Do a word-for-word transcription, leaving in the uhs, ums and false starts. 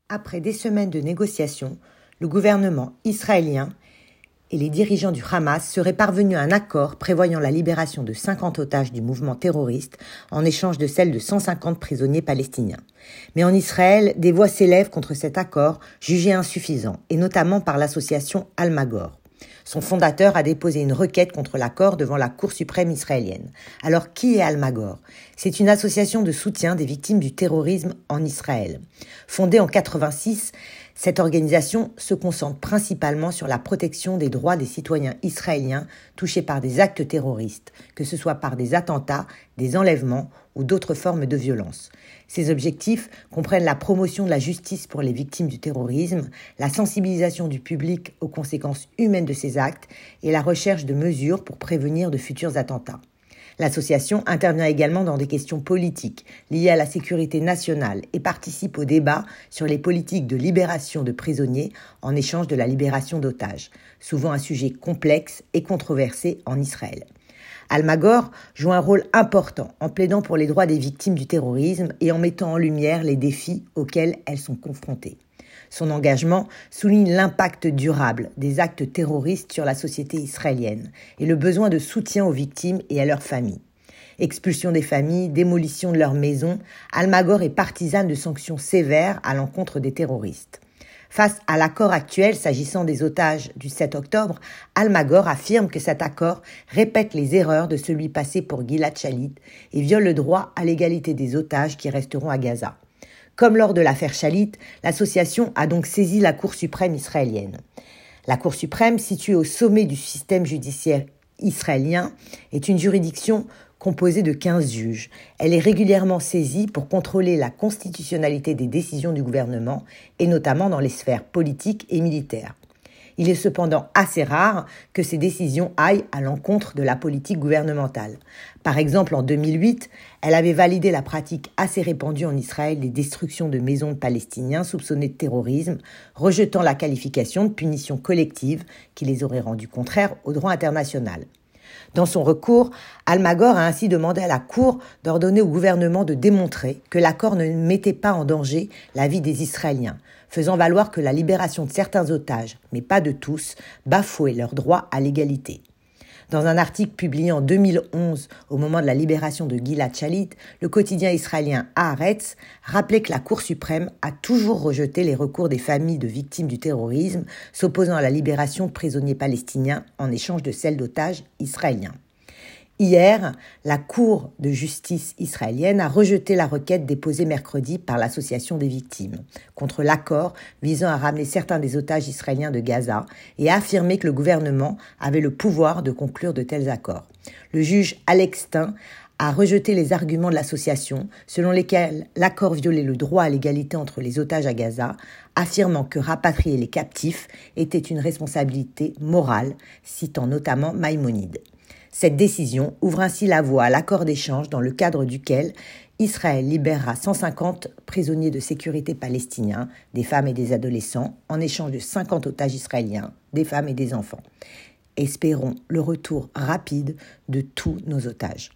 Après des semaines de négociations, le gouvernement israélien et les dirigeants du Hamas seraient parvenus à un accord prévoyant la libération de cinquante otages du mouvement terroriste en échange de celle de cent cinquante prisonniers palestiniens. Mais en Israël, des voix s'élèvent contre cet accord jugé insuffisant, et notamment par l'association Al-Magor. Son fondateur a déposé une requête contre l'accord devant la Cour suprême israélienne. Alors, qui est Al-Magor ? C'est une association de soutien des victimes du terrorisme en Israël. Fondée en quatre-vingt-six, cette organisation se concentre principalement sur la protection des droits des citoyens israéliens touchés par des actes terroristes, que ce soit par des attentats, des enlèvements ou d'autres formes de violence. Ces objectifs comprennent la promotion de la justice pour les victimes du terrorisme, la sensibilisation du public aux conséquences humaines de ces actes et la recherche de mesures pour prévenir de futurs attentats. L'association intervient également dans des questions politiques liées à la sécurité nationale et participe au débat sur les politiques de libération de prisonniers en échange de la libération d'otages, souvent un sujet complexe et controversé en Israël. Al-Magor joue un rôle important en plaidant pour les droits des victimes du terrorisme et en mettant en lumière les défis auxquels elles sont confrontées. Son engagement souligne l'impact durable des actes terroristes sur la société israélienne et le besoin de soutien aux victimes et à leurs familles. Expulsion des familles, démolition de leurs maisons, Al-Magor est partisane de sanctions sévères à l'encontre des terroristes. Face à l'accord actuel s'agissant des otages du sept octobre, Al-Magor affirme que cet accord répète les erreurs de celui passé pour Gilad Shalit et viole le droit à l'égalité des otages qui resteront à Gaza. Comme lors de l'affaire Shalit, l'association a donc saisi la Cour suprême israélienne. La Cour suprême, située au sommet du système judiciaire israélien, est une juridiction composée de quinze juges. Elle est régulièrement saisie pour contrôler la constitutionnalité des décisions du gouvernement, et notamment dans les sphères politiques et militaires. Il est cependant assez rare que ces décisions aillent à l'encontre de la politique gouvernementale. Par exemple, en deux mille huit, elle avait validé la pratique assez répandue en Israël des destructions de maisons de Palestiniens soupçonnés de terrorisme, rejetant la qualification de punition collective qui les aurait rendus contraires au droit international. Dans son recours, Al-Magor a ainsi demandé à la Cour d'ordonner au gouvernement de démontrer que l'accord ne mettait pas en danger la vie des Israéliens, faisant valoir que la libération de certains otages, mais pas de tous, bafouait leur droit à l'égalité. Dans un article publié en deux mille onze, au moment de la libération de Gilad Shalit, le quotidien israélien Haaretz rappelait que la Cour suprême a toujours rejeté les recours des familles de victimes du terrorisme s'opposant à la libération de prisonniers palestiniens en échange de celle d'otages israéliens. Hier, la Cour de justice israélienne a rejeté la requête déposée mercredi par l'Association des victimes contre l'accord visant à ramener certains des otages israéliens de Gaza et a affirmé que le gouvernement avait le pouvoir de conclure de tels accords. Le juge Alex Stein a rejeté les arguments de l'association selon lesquels l'accord violait le droit à l'égalité entre les otages à Gaza, affirmant que rapatrier les captifs était une responsabilité morale, citant notamment Maïmonide. Cette décision ouvre ainsi la voie à l'accord d'échange dans le cadre duquel Israël libérera cent cinquante prisonniers de sécurité palestiniens, des femmes et des adolescents, en échange de cinquante otages israéliens, des femmes et des enfants. Espérons le retour rapide de tous nos otages.